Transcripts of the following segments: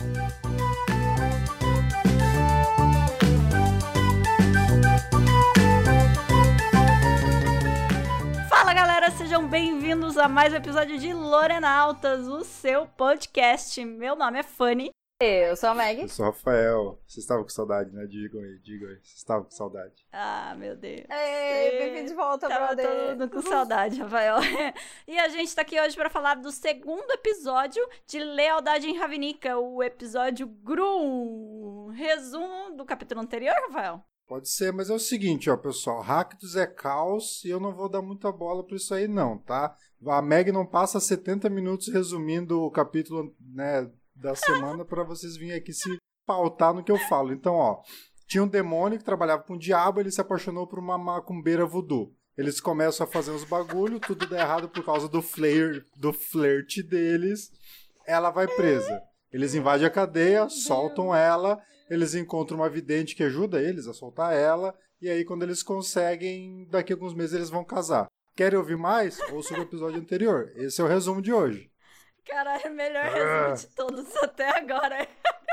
Fala galera, sejam bem-vindos a mais um episódio de Lorenautas, o seu podcast. Meu nome é Fanny. Eu sou a Meg. Eu sou o Rafael. Vocês estavam com saudade, né? Digam aí. Vocês estavam com saudade. Ah, meu Deus. Ei, bem-vindo de volta, Tava brother. todo mundo com saudade, Rafael. E a gente tá aqui hoje pra falar do segundo episódio de Lealdade em Ravnica, o episódio Gru. Resumo do capítulo anterior, Rafael? Pode ser, mas é o seguinte, ó, pessoal. Rakdos é caos e eu não vou dar muita bola pra isso aí, não, tá? A Meg não passa 70 minutos resumindo o capítulo, né, da semana pra vocês virem aqui se pautar no que eu falo. Então, ó, tinha um demônio que trabalhava com o diabo, ele se apaixonou por uma macumbeira voodoo. Eles começam a fazer uns bagulho, tudo dá errado por causa do flerte deles. Ela vai presa. Eles invadem a cadeia, soltam ela, eles encontram uma vidente que ajuda eles a soltar ela, e aí quando eles conseguem, daqui a alguns meses eles vão casar. Querem ouvir mais? Ouça o episódio anterior. Esse é o resumo de hoje. Caralho, melhor resumo de todos até agora.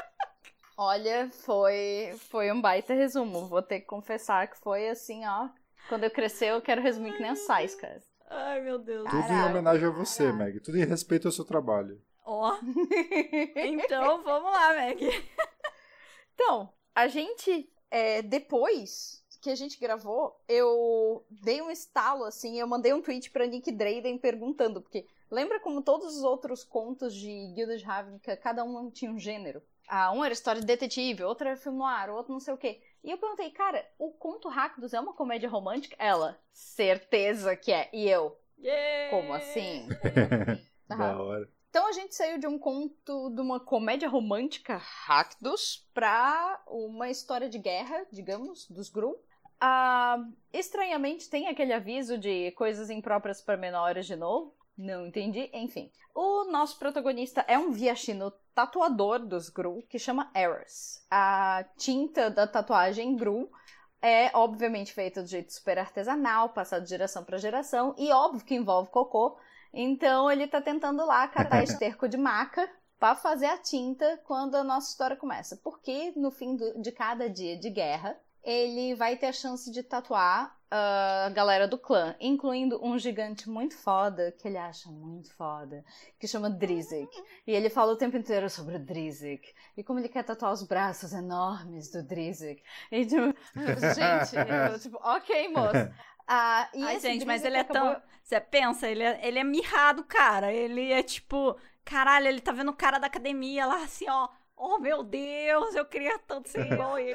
Olha, foi um baita resumo. Vou ter que confessar que foi assim, ó. Quando eu crescer, eu quero resumir que nem a Sais, cara. Ai, meu Deus. Tudo em homenagem a você, Meg. Tudo em respeito ao seu trabalho. Ó. Então, vamos lá, Meg. Então, a gente, depois que a gente gravou, eu dei um estalo, assim, eu mandei um tweet pra Nick Drayden perguntando, porque lembra como todos os outros contos de Guilda de Ravnica, cada um tinha um gênero? Um era história de detetive, outro era filme noir, outro não sei o quê. E eu perguntei, cara, o conto Rakdos é uma comédia romântica? Ela, certeza que é. E eu, como assim? Da hora. Então a gente saiu de um conto, de uma comédia romântica, Rakdos, pra uma história de guerra, digamos, dos Gru. Estranhamente tem aquele aviso de coisas impróprias para menores de novo. Não entendi. Enfim. O nosso protagonista é um viashino tatuador dos Gru, que chama Eros. A tinta da tatuagem Gru é obviamente feita do jeito super artesanal, passado de geração para geração, e óbvio que envolve cocô. Então ele tá tentando lá catar esterco de maca para fazer a tinta quando a nossa história começa. Porque no fim de cada dia de guerra, ele vai ter a chance de tatuar a galera do clã, incluindo um gigante muito foda, que ele acha muito foda, que chama Drizzt. E ele fala o tempo inteiro sobre o Drizzt. E como ele quer tatuar os braços enormes do Drizzt. E tipo, gente, eu tipo, ok, moço. Ai, gente, mas ele acabou... tão... Você pensa, ele é mirrado, cara. Ele é tipo... Caralho, ele tá vendo o cara da academia lá, assim, ó. Oh, meu Deus, eu queria tanto ser igual ele.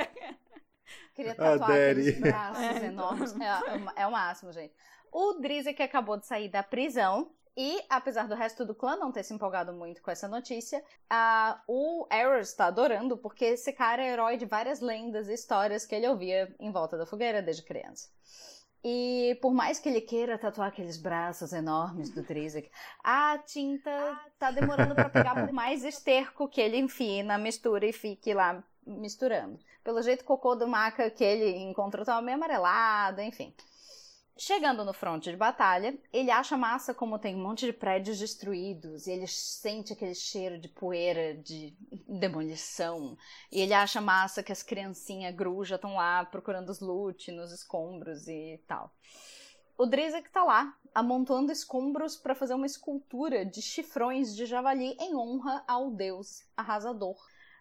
Queria tatuar aqueles braços enormes. É o máximo, gente. O Drizzt acabou de sair da prisão. E, apesar do resto do clã não ter se empolgado muito com essa notícia, o Eros tá adorando, porque esse cara é herói de várias lendas e histórias que ele ouvia em volta da fogueira desde criança. E por mais que ele queira tatuar aqueles braços enormes do Drizzt, a tinta tá demorando pra pegar por mais esterco que ele enfie na mistura e fique lá misturando. Pelo jeito, o cocô do maca que ele encontrou tava meio amarelado, enfim. Chegando no fronte de batalha, ele acha massa como tem um monte de prédios destruídos e ele sente aquele cheiro de poeira, de demolição. E ele acha massa que as criancinhas Gru já estão lá procurando os loot nos escombros e tal. O Drizzt tá lá, amontoando escombros para fazer uma escultura de chifrões de javali em honra ao deus arrasador.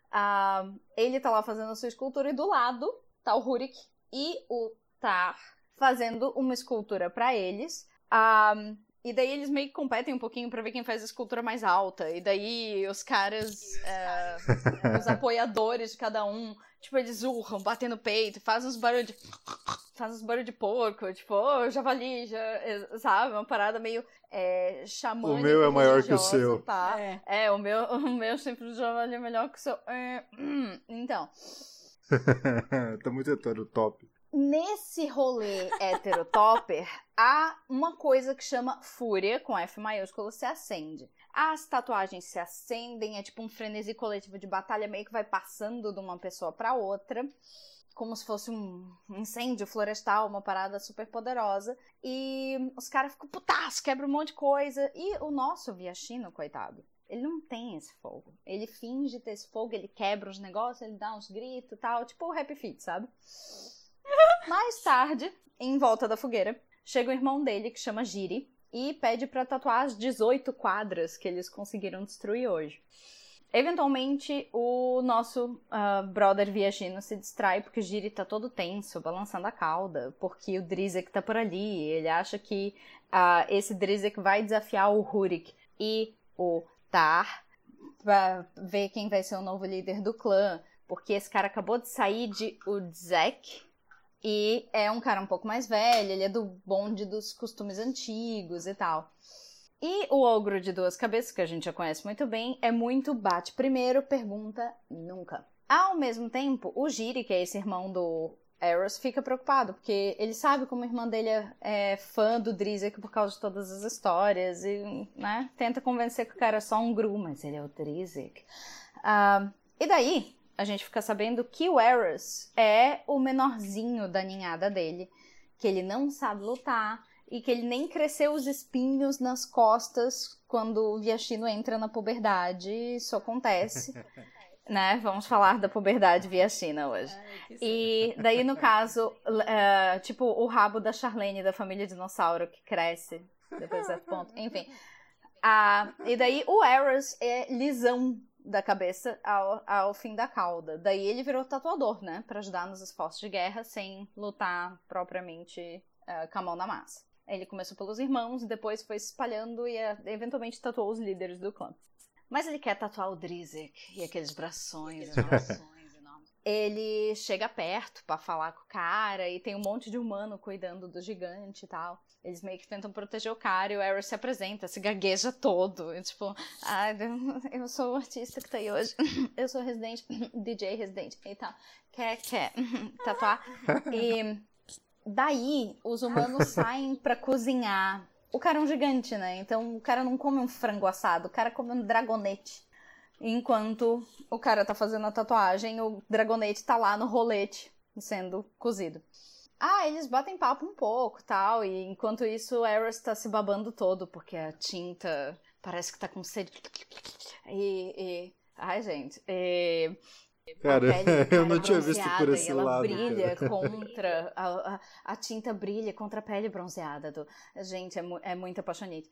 Ele tá lá fazendo a sua escultura e do lado tá o Rurik e o Tar fazendo uma escultura pra eles. E daí eles meio que competem um pouquinho pra ver quem faz a escultura mais alta. E daí os caras, os apoiadores de cada um, tipo, eles urram, batem no peito, fazem uns barulhos de porco, tipo, javali, sabe? Uma parada meio xamânica. O meu é maior que o seu. Tá? O meu sempre javali é melhor que o seu. Então. Tá muito heterotop. Nesse rolê heterotopper, há uma coisa que chama fúria, com F maiúsculo, se acende. As tatuagens se acendem, é tipo um frenesi coletivo de batalha, meio que vai passando de uma pessoa pra outra, como se fosse um incêndio florestal, uma parada super poderosa. E os caras ficam putaço, quebram um monte de coisa. E o nosso viashino, coitado, Ele não tem esse fogo. Ele finge ter esse fogo, ele quebra os negócios, ele dá uns gritos e tal, tipo o Happy Feet, sabe? Mais tarde, em volta da fogueira, chega o irmão dele, que chama Jiri, e pede pra tatuar as 18 quadras que eles conseguiram destruir hoje. Eventualmente, o nosso brother viajino se distrai porque o Jiri tá todo tenso, balançando a cauda, porque o Drizzt tá por ali. Ele acha que esse Drizzt vai desafiar o Rurik e o Tar pra ver quem vai ser o novo líder do clã, porque esse cara acabou de sair de Udzek e é um cara um pouco mais velho, ele é do bonde dos costumes antigos e tal. E o ogro de 2 cabeças, que a gente já conhece muito bem, é muito bate primeiro, pergunta nunca. Ao mesmo tempo, o Jiri, que é esse irmão do Eros, fica preocupado, porque ele sabe como a irmã dele é fã do Drizzt por causa de todas as histórias, e né, tenta convencer que o cara é só um Gru, mas ele é o Drizzt. E daí, a gente fica sabendo que o Eros é o menorzinho da ninhada dele, que ele não sabe lutar, e que ele nem cresceu os espinhos nas costas quando o Viashino entra na puberdade. Isso acontece, né? Vamos falar da puberdade Viashina hoje. E daí, no caso, tipo o rabo da Charlene, da família dinossauro, que cresce depois de certo ponto. Enfim. E daí o Eros é lisão da cabeça ao fim da cauda. Daí ele virou tatuador, né? Pra ajudar nos esforços de guerra sem lutar propriamente com a mão na massa. Ele começou pelos irmãos, depois foi se espalhando e eventualmente tatuou os líderes do clã. Mas ele quer tatuar o Drizzt e aqueles brações enormes. Ele chega perto pra falar com o cara e tem um monte de humano cuidando do gigante e tal. Eles meio que tentam proteger o cara e o Eros se apresenta, se gagueja todo. E, tipo, eu sou o artista que tá aí hoje. Eu sou residente, DJ residente e tal. Quer tatuar? E daí, os humanos saem pra cozinhar. O cara é um gigante, né? Então, o cara não come um frango assado, o cara come um dragonete. Enquanto o cara tá fazendo a tatuagem, o dragonete tá lá no rolete, sendo cozido. Eles batem papo um pouco, tal, e enquanto isso, o Eros tá se babando todo, porque a tinta parece que tá com sede. Ai, gente, Cara, eu não tinha visto por esse ela lado. Brilha cara. contra a tinta brilha contra a pele bronzeada gente, é muito apaixonante.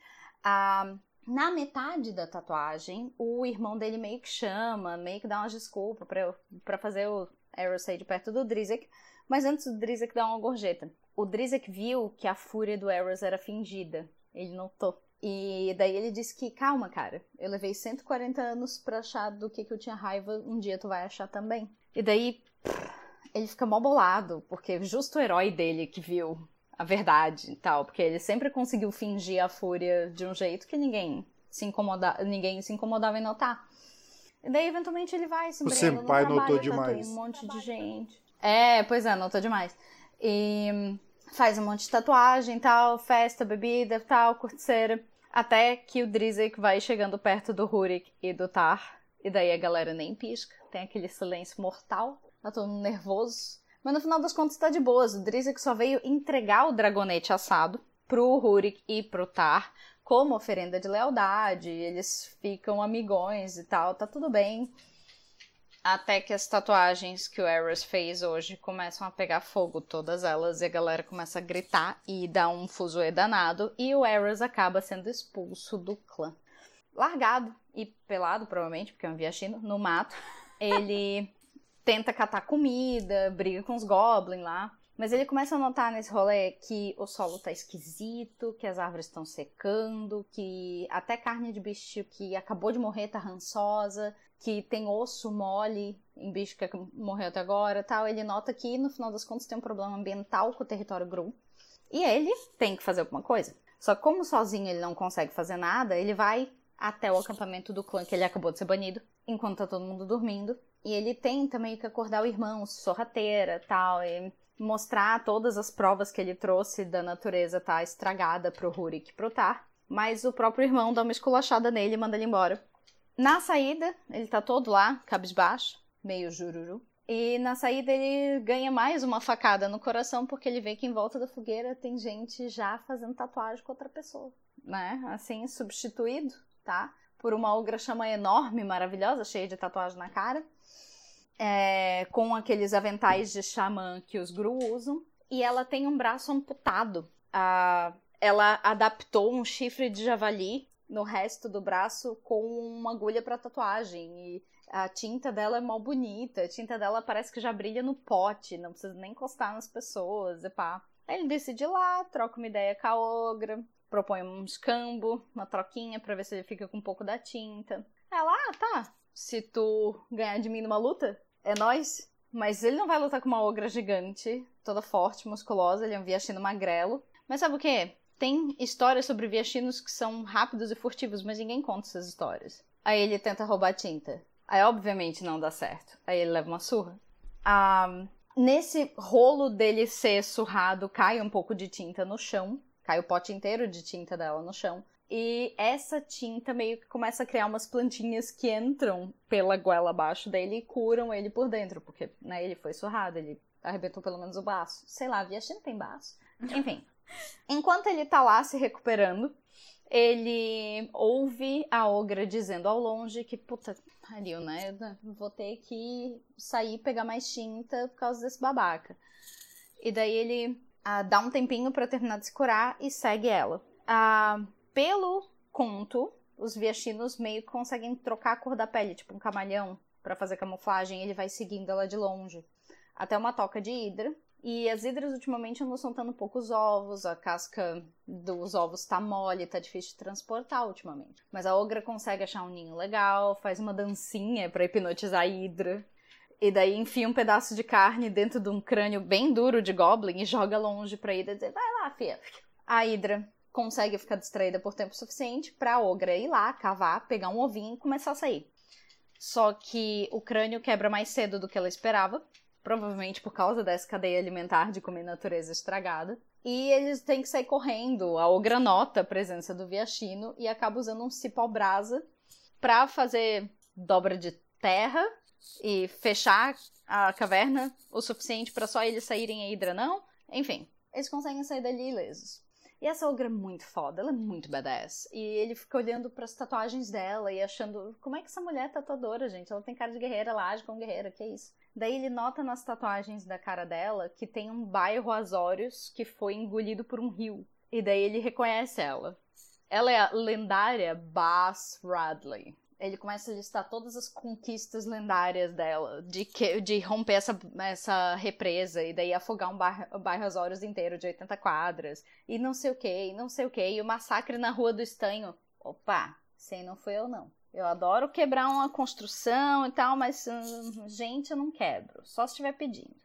Na metade da tatuagem, o irmão dele meio que chama, meio que dá umas desculpas pra fazer o Eros sair de perto do Drizzt, mas antes o Drizzt dá uma gorjeta. O Drizzt viu que a fúria do Eros era fingida, ele notou. E daí ele disse que, calma, cara, eu levei 140 anos pra achar do que eu tinha raiva, um dia tu vai achar também. E daí, ele fica mó bolado, porque justo o herói dele que viu a verdade e tal, porque ele sempre conseguiu fingir a fúria de um jeito que ninguém se incomodava em notar. E daí, eventualmente, ele vai se embrenhando no trabalho, notou demais. Tatua um monte de gente. Pois é, notou demais. E faz um monte de tatuagem e tal, festa, bebida e tal, curticeira. Até que o Drizzt vai chegando perto do Rurik e do Tar. E daí a galera nem pisca. Tem aquele silêncio mortal. Tá todo mundo nervoso. Mas no final das contas tá de boas. O Drizzt só veio entregar o dragonete assado pro Rurik e pro Tar como oferenda de lealdade. Eles ficam amigões e tal. Tá tudo bem. Até que as tatuagens que o Eros fez hoje começam a pegar fogo, todas elas, e a galera começa a gritar e dá um fuzuê danado, e o Eros acaba sendo expulso do clã. Largado e pelado, provavelmente, porque é um viashino, no mato, ele tenta catar comida, briga com os goblins lá, mas ele começa a notar nesse rolê que o solo tá esquisito, que as árvores estão secando, que até carne de bicho que acabou de morrer tá rançosa, que tem osso mole em bicho que morreu até agora e tal. Ele nota que, no final das contas, tem um problema ambiental com o território Gru. E ele tem que fazer alguma coisa. Só que como sozinho ele não consegue fazer nada, ele vai até o acampamento do clã que ele acabou de ser banido, enquanto tá todo mundo dormindo. E ele tenta meio que acordar o irmão, sorrateira e tal, e mostrar todas as provas que ele trouxe da natureza tá estragada pro Rurik e pro Tar. Mas o próprio irmão dá uma esculachada nele e manda ele embora. Na saída, ele tá todo lá, cabisbaixo, meio jururu. E na saída ele ganha mais uma facada no coração, porque ele vê que em volta da fogueira tem gente já fazendo tatuagem com outra pessoa, né? Assim, substituído, tá? por uma ogra chama enorme, maravilhosa, cheia de tatuagem na cara, com aqueles aventais de xamã que os Gru usam, e ela tem um braço amputado. Ela adaptou um chifre de javali no resto do braço com uma agulha pra tatuagem, e a tinta dela é mó bonita, a tinta dela parece que já brilha no pote, não precisa nem encostar nas pessoas, e pá. Aí ele decide ir lá, troca uma ideia com a ogra, propõe um escambo, uma troquinha pra ver se ele fica com um pouco da tinta. Ela, tá, se tu ganhar de mim numa luta, é nóis. Mas ele não vai lutar com uma ogra gigante, toda forte, musculosa, ele é um viachino magrelo. Mas sabe o quê? Tem histórias sobre viachinos que são rápidos e furtivos, mas ninguém conta essas histórias. Aí ele tenta roubar tinta. Aí obviamente não dá certo. Aí ele leva uma surra. Nesse rolo dele ser surrado, cai um pouco de tinta no chão. Cai o pote inteiro de tinta dela no chão. E essa tinta meio que começa a criar umas plantinhas que entram pela goela abaixo dele e curam ele por dentro. Porque, né, ele foi surrado, ele arrebentou pelo menos o baço. Sei lá, viajando tem baço. Enfim. Enquanto ele tá lá se recuperando, ele ouve a ogra dizendo ao longe que, puta, pariu, né? Eu vou ter que sair e pegar mais tinta por causa desse babaca. E daí ele dá um tempinho pra terminar de se curar e segue ela. Pelo conto, os viachinos meio que conseguem trocar a cor da pele, tipo um camaleão, pra fazer camuflagem, e ele vai seguindo ela de longe. Até uma toca de hidra. E as hidras ultimamente andam soltando poucos ovos, a casca dos ovos tá mole, tá difícil de transportar ultimamente. Mas a ogra consegue achar um ninho legal, faz uma dancinha pra hipnotizar a hidra. E daí enfia um pedaço de carne dentro de um crânio bem duro de goblin e joga longe pra hidra e dizer, vai lá, fia. A hidra consegue ficar distraída por tempo suficiente pra ogra ir lá, cavar, pegar um ovinho e começar a sair. Só que o crânio quebra mais cedo do que ela esperava. Provavelmente por causa dessa cadeia alimentar de comer natureza estragada. E eles têm que sair correndo. A ogra nota a presença do viachino e acaba usando um cipó brasa pra fazer dobra de terra e fechar a caverna o suficiente pra só eles saírem, a hidra não. Enfim, eles conseguem sair dali ilesos. E essa ogra é muito foda, ela é muito badass. E ele fica olhando pras tatuagens dela e achando, como é que essa mulher é tatuadora, gente? Ela tem cara de guerreira, ela age como guerreira, que isso? Daí ele nota nas tatuagens da cara dela que tem um bairro Azorius que foi engolido por um rio. E daí ele reconhece ela. Ela é a lendária Bass Radley. Ele começa a listar todas as conquistas lendárias dela, de romper essa represa, e daí afogar um bairro Azorius inteiro de 80 quadras, e não sei o que, e o massacre na Rua do Estanho. Opa, sei não fui eu não. Eu adoro quebrar uma construção e tal, mas, gente, eu não quebro, só se estiver pedindo.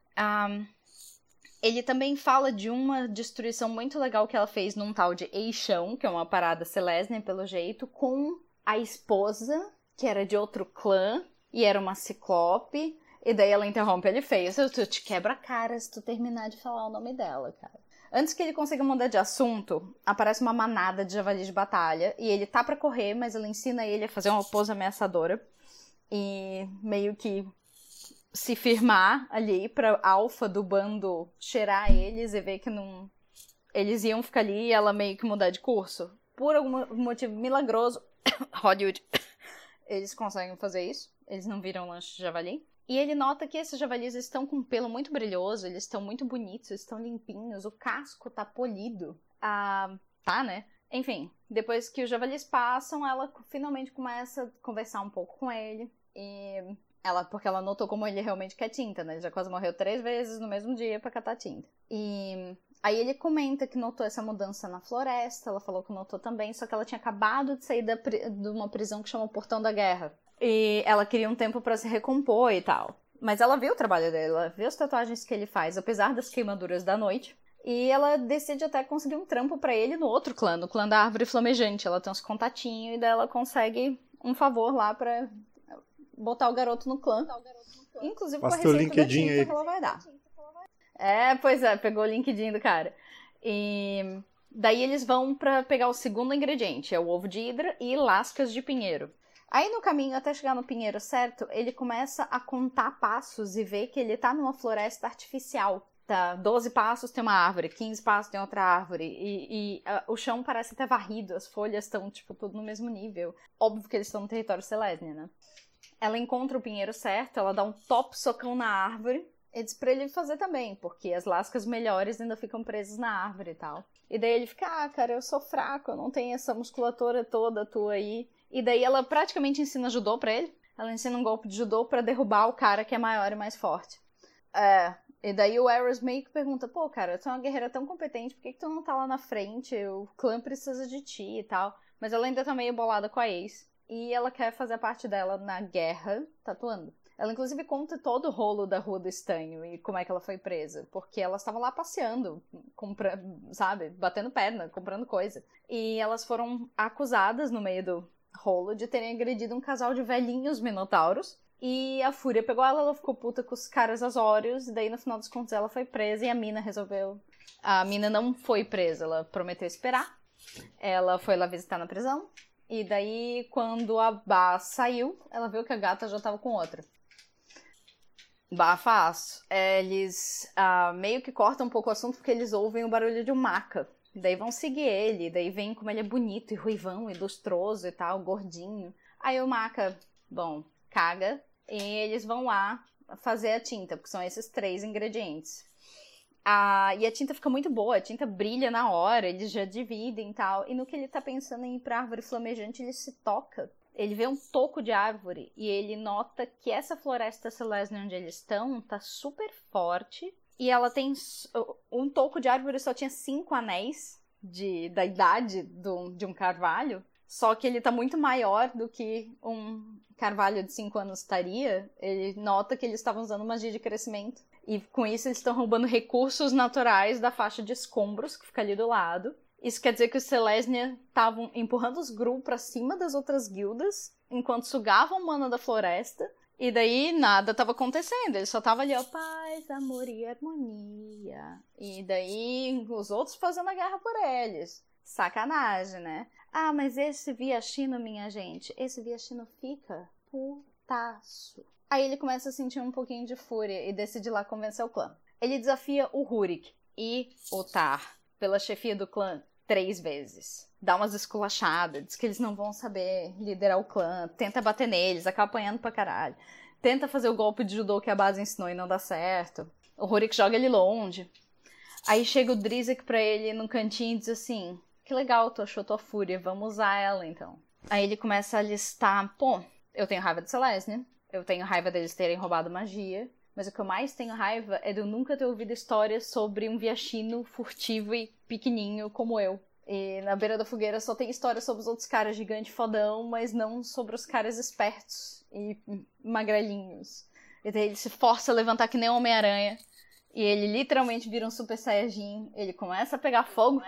Ele também fala de uma destruição muito legal que ela fez num tal de Eixão, que é uma parada Selesnya, pelo jeito, com a esposa, que era de outro clã, e era uma ciclope, e daí ela interrompe ele feio. Tu te quebra a cara se tu terminar de falar o nome dela, cara. Antes que ele consiga mudar de assunto, aparece uma manada de javalis de batalha, e ele tá pra correr, mas ela ensina ele a fazer uma pose ameaçadora, e meio que se firmar ali pra alfa do bando cheirar eles e ver que não... eles iam ficar ali e ela meio que mudar de curso. Por algum motivo milagroso, Hollywood, eles conseguem fazer isso. Eles não viram lanche de javali. E ele nota que esses javalis estão com pelo muito brilhoso, eles estão muito bonitos, eles estão limpinhos, o casco tá polido. Tá, né? Enfim, depois que os javalis passam, ela finalmente começa a conversar um pouco com ele. Porque ela notou como ele realmente quer tinta, né? Ele já quase morreu 3 vezes no mesmo dia pra catar tinta. E aí ele comenta que notou essa mudança na floresta, ela falou que notou também, só que ela tinha acabado de sair de uma prisão que chama Portão da Guerra. E ela queria um tempo pra se recompor e tal. Mas ela viu o trabalho dele, ela viu as tatuagens que ele faz, apesar das queimaduras da noite. E ela decide até conseguir um trampo pra ele no outro clã, no clã da Árvore Flamejante. Ela tem uns contatinhos e daí ela consegue um favor lá pra botar o garoto no clã. Inclusive com a receita da tinta que ela vai dar. Pois é, pegou o LinkedIn do cara. E daí eles vão pra pegar o segundo ingrediente, é o ovo de hidra e lascas de pinheiro. Aí no caminho, até chegar no pinheiro certo, ele começa a contar passos e ver que ele tá numa floresta artificial. Tá, 12 passos tem uma árvore, 15 passos tem outra árvore, e o chão parece ter varrido, as folhas estão, tipo, tudo no mesmo nível. Óbvio que eles estão no território Selesnya, né? Ela encontra o pinheiro certo, ela dá um top socão na árvore, e diz pra ele fazer também, porque as lascas melhores ainda ficam presas na árvore e tal. E daí ele fica, cara, eu sou fraco, eu não tenho essa musculatura toda tua aí. E daí ela praticamente ensina judô pra ele. Ela ensina um golpe de judô pra derrubar o cara que é maior e mais forte. E daí o Aerys meio que pergunta, pô, cara, tu é uma guerreira tão competente, por que tu não tá lá na frente? O clã precisa de ti e tal. Mas ela ainda tá meio bolada com a Ace. E ela quer fazer a parte dela na guerra, tatuando. Ela inclusive conta todo o rolo da Rua do Estanho e como é que ela foi presa. Porque elas estavam lá passeando, sabe, batendo perna, comprando coisa. E elas foram acusadas no meio do rolo de terem agredido um casal de velhinhos minotauros. E a Fúria pegou ela ficou puta com os caras azórios, e daí no final dos contos ela foi presa e a Mina resolveu... A Mina não foi presa, ela prometeu esperar. Ela foi lá visitar na prisão, e daí quando a Ba saiu, ela viu que a gata já tava com outra. Bafaço. Eles meio que cortam um pouco o assunto porque eles ouvem o barulho de um maca. Daí vão seguir ele, daí vem como ele é bonito e ruivão e lustroso e tal, gordinho. Aí o maca, bom, caga. E eles vão lá fazer a tinta, porque são esses 3 ingredientes. E a tinta fica muito boa, a tinta brilha na hora, eles já dividem e tal. E no que ele tá pensando em ir pra árvore flamejante, ele se toca. Ele vê um toco de árvore e ele nota que essa floresta Selesnya onde eles estão tá super forte. E ela tem... Um toco de árvore só tinha 5 anéis da idade de um carvalho. Só que ele tá muito maior do que um carvalho de 5 anos estaria. Ele nota que eles estavam usando magia de crescimento. E com isso eles estão roubando recursos naturais da faixa de escombros que fica ali do lado. Isso quer dizer que os Selesnya estavam empurrando os Gruul pra cima das outras guildas, enquanto sugavam mana da floresta. E daí nada tava acontecendo. Eles só estavam ali, ó, paz, amor e harmonia. E daí os outros fazendo a guerra por eles. Sacanagem, né? Mas esse Viashino, minha gente, esse Viashino fica putaço. Aí ele começa a sentir um pouquinho de fúria e decide lá convencer o clã. Ele desafia o Rurik e o Tar pela chefia do clã 3 vezes. Dá umas esculachadas, diz que eles não vão saber liderar o clã, tenta bater neles, acaba apanhando pra caralho. Tenta fazer o golpe de judô que a base ensinou e não dá certo. O Rurik joga ele longe. Aí chega o Drizzt pra ele num cantinho e diz assim... Que legal, tu achou tua fúria, vamos usar ela então. Aí ele começa a listar, pô, eu tenho raiva de Selesnya, eu tenho raiva deles terem roubado magia, mas o que eu mais tenho raiva é de eu nunca ter ouvido histórias sobre um Viashino furtivo e pequenininho como eu. E na beira da fogueira só tem história sobre os outros caras gigante fodão, mas não sobre os caras espertos e magrelinhos. E daí ele se força a levantar que nem um Homem-Aranha. E ele literalmente vira um Super Saiyajin. Ele começa a pegar fogo.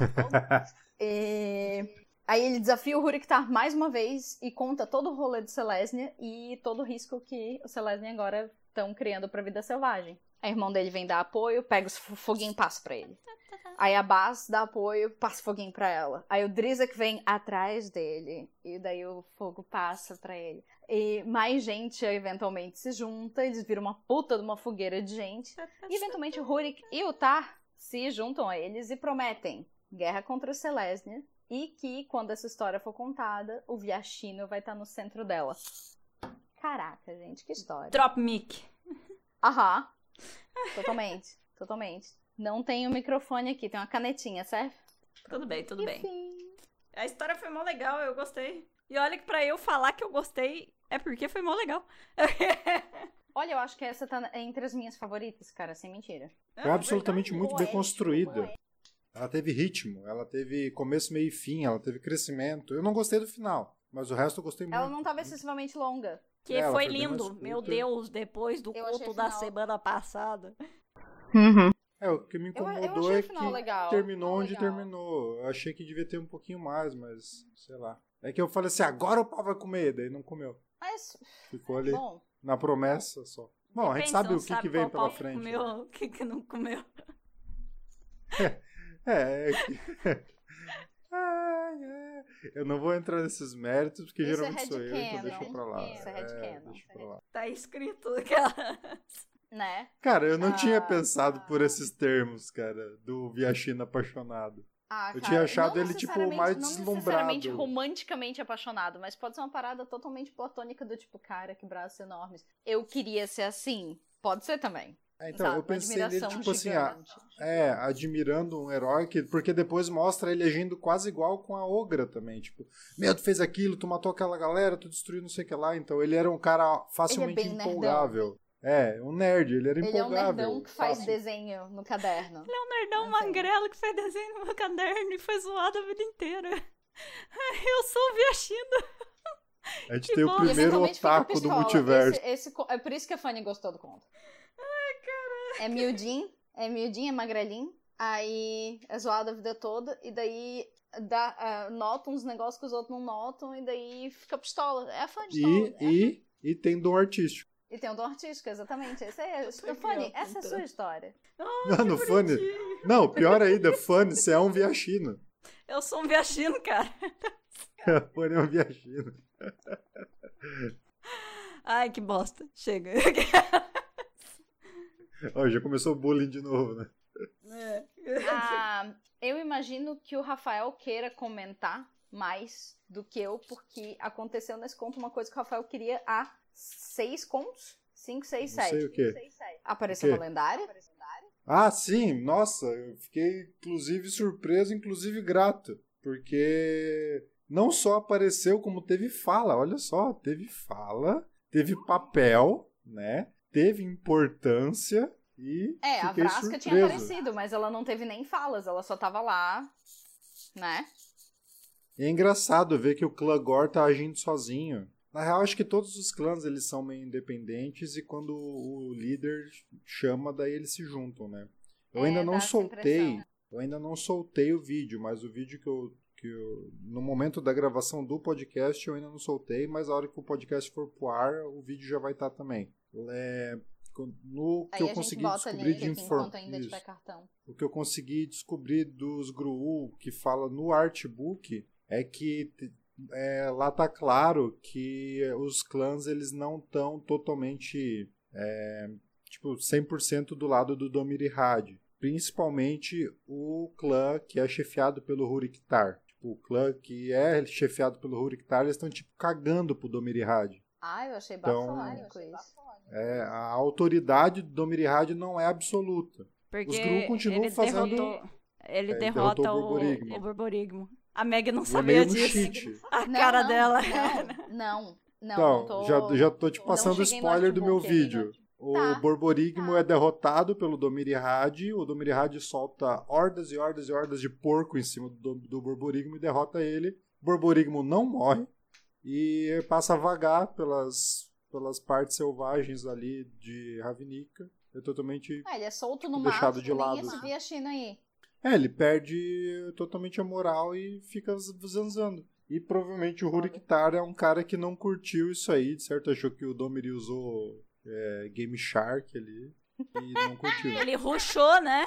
E aí ele desafia o Rurik-Tar mais uma vez e conta todo o rolê de Selesnya e todo o risco que o Selesnya agora estão criando pra vida selvagem. Aí o irmão dele vem dar apoio, pega o foguinho e passa pra ele. Aí a Baz dá apoio, passa foguinho pra ela. Aí o Drizzt vem atrás dele e daí o fogo passa pra ele. E mais gente eventualmente se junta, eles viram uma puta de uma fogueira de gente. E eventualmente o Rurik e o Tar se juntam a eles e prometem guerra contra o Selesnya. E que quando essa história for contada, o Viashino vai estar no centro dela. Caraca, gente, que história. Drop mic. Aham. Totalmente, totalmente. Não tem o microfone aqui, tem uma canetinha, certo? Tudo bem, tudo Enfim. bem. A história foi mó legal, eu gostei. E olha que pra eu falar que eu gostei, é porque foi mó legal. Olha, eu acho que essa tá entre as minhas favoritas, cara, sem mentira. Foi absolutamente muito bem construída. Ela teve ritmo, ela teve começo, meio e fim, ela teve crescimento. Eu não gostei do final, mas o resto eu gostei muito. Ela não tava excessivamente longa. Que foi lindo, meu Deus, depois do culto da semana passada. Uhum. O que me incomodou é que terminou onde terminou. Eu achei que devia ter um pouquinho mais, mas sei lá. É que eu falei assim, agora o pau vai comer, daí não comeu. Mas ficou ali na promessa só. Bom, a gente sabe o que vem pela frente. Comeu, o que não comeu. Eu não vou entrar nesses méritos, porque isso geralmente sou eu, então deixa pra lá. Isso é headcanon. Deixa pra lá. Tá escrito aquela... né? Cara, eu não tinha pensado por esses termos, cara, do Viashino apaixonado. Eu tinha achado ele, tipo, mais deslumbrado. Não necessariamente romanticamente apaixonado, mas pode ser uma parada totalmente platônica do tipo, cara, que braços enormes. Eu queria ser assim. Pode ser também. Então, sabe? Eu pensei nele, tipo gigante. assim, admirando um herói, porque depois mostra ele agindo quase igual com a Ogra também, tipo, tu fez aquilo, tu matou aquela galera, tu destruiu não sei o que lá, então ele era um cara facilmente empolgável. Um nerd, ele era empolgável. Ele é um nerdão que faz desenho no caderno. Ele é um nerdão magrelo que faz desenho no meu caderno e foi zoado a vida inteira. Eu sou o Viashino. A gente tem o primeiro otaku do multiverso. É por isso que a Fanny gostou do conto. É miudinho, é magrelinho, aí é zoado a vida toda, e daí nota uns negócios que os outros não notam, e daí fica pistola. É a fã de todo. E tem dom artístico. E tem um dom artístico, exatamente. Essa é Fanny, essa é a sua história. Mano, Fanny. Não, pior ainda, Fanny, você é um Viashino. Eu sou um Viashino, cara. A Fanny é um Viashino. Ai, que bosta. Chega. Já começou o bullying de novo, né? Eu imagino que o Rafael queira comentar mais do que eu, porque aconteceu nesse conto uma coisa que o Rafael queria há 6 contos? 5, 6, 7. Não sei o quê. Apareceu no lendário? Ah, sim! Nossa, eu fiquei inclusive surpreso, inclusive grato. Porque não só apareceu, como teve fala. Olha só, teve fala, teve papel, né? Teve importância e a Vraska tinha aparecido, mas ela não teve nem falas, ela só tava lá, né? E é engraçado ver que o clã Gore tá agindo sozinho. Na real, acho que todos os clãs eles são meio independentes e quando o líder chama, daí eles se juntam, né? Eu ainda não soltei o vídeo, mas o vídeo que eu no momento da gravação do podcast eu ainda não soltei, mas a hora que o podcast for pro ar, o vídeo já vai estar também. No que eu consegui descobrir de informação, o que eu consegui descobrir dos Gruul que fala no artbook é que lá tá claro que os clãs eles não estão totalmente 100% do lado do Domirihad, principalmente o clã que é chefiado pelo Huriktar. O clã que é chefiado pelo Huriktar, eles estão cagando pro Domirihad. Eu achei bafônico isso. A autoridade do Domirihad não é absoluta. Porque os Gruul continuam fazendo... Ele derrota o Borborigmo. A Meg não sabia disso. Cara dela. Não. Então, já tô te passando spoiler do meu vídeo. O Borborigmo é derrotado pelo Domirihad. O Domirihad solta hordas e hordas e hordas de porco em cima do Borborigmo e derrota ele. O Borborigmo não morre. E passa a vagar pelas partes selvagens ali de Ravnica. É totalmente ele é solto no deixado mato, de lado. Nem esse Viashino aí. Ele perde totalmente a moral e fica zanzando. E provavelmente o Huriktar é um cara que não curtiu isso aí, de certo? Achou que o Domiri usou Game Shark ali e não curtiu. Ele rushou, né?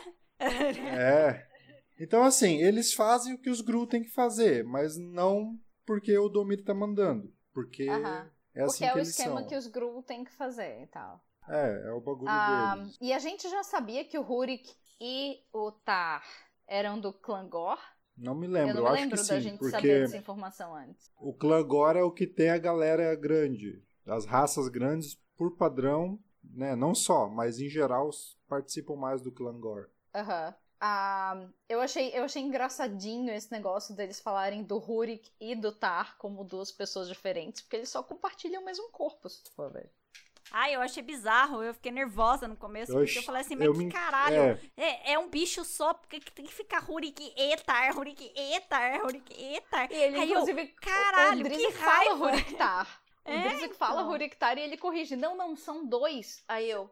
Então, assim, eles fazem o que os Gruul têm que fazer, mas não porque o Domiri tá mandando. Porque é assim que eles são. Porque é o esquema que os Gruul têm que fazer e tal. É o bagulho deles. E a gente já sabia que o Hurik e o Tar eram do clã Gore? Não me lembro, eu não acho lembro que da sim, gente porque saber dessa informação antes. O clã Gore é o que tem a galera grande. As raças grandes, por padrão, né, não só, mas em geral participam mais do clã Gore. Eu achei engraçadinho esse negócio deles falarem do Hurik e do Tar como duas pessoas diferentes, porque eles só compartilham o mesmo corpo, se tu for ver. Eu achei bizarro, eu fiquei nervosa no começo, porque eu falei assim, mas que caralho, é um bicho só, porque tem que ficar Hurik e Tar, Hurik e Tar, Hurik e Tar. E ele, inclusive, caralho, que raiva! Huriktar. O Drizzy fala Huriktar e ele corrige, não, são 2. Aí eu...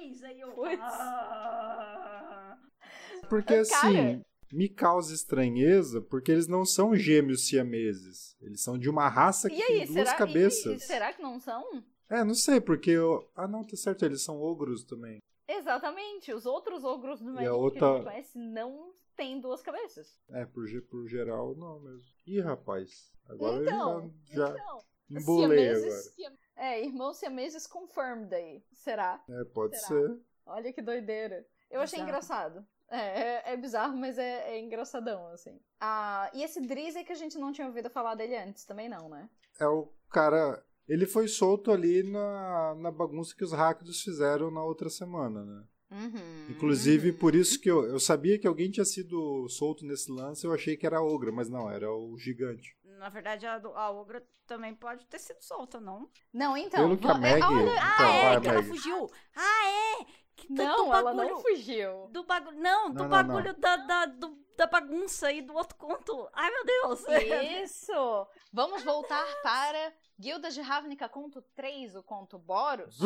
Porque assim, me causa estranheza, porque eles não são gêmeos siameses. Eles são de uma raça que tem duas cabeças. E será que não são? Não sei, porque não, tá certo, eles são ogros também. Exatamente, os outros ogros do Magic que a gente conhece não têm 2 cabeças. Por geral, não mesmo. Ih, rapaz, agora Embolei agora. Irmãos siameses confirmed aí. Será? Pode ser. Olha que doideira. Eu achei engraçado. É bizarro, mas é engraçadão, assim. E esse Drizzy que a gente não tinha ouvido falar dele antes, também não, né? É o cara... Ele foi solto ali na bagunça que os Rakdos fizeram na outra semana, né? Inclusive, por isso que eu sabia que alguém tinha sido solto nesse lance, eu achei que era a Ogra, mas não, era o gigante. Na verdade, a Ogra também pode ter sido solta, não? Não, então... Pelo que a Meg... que ela fugiu! Não, ela não fugiu. Do bagulho... Não, do bagulho da bagunça e do outro conto. Ai, meu Deus! Isso! Vamos voltar para Guilda de Ravnica, conto 3, o conto Boros.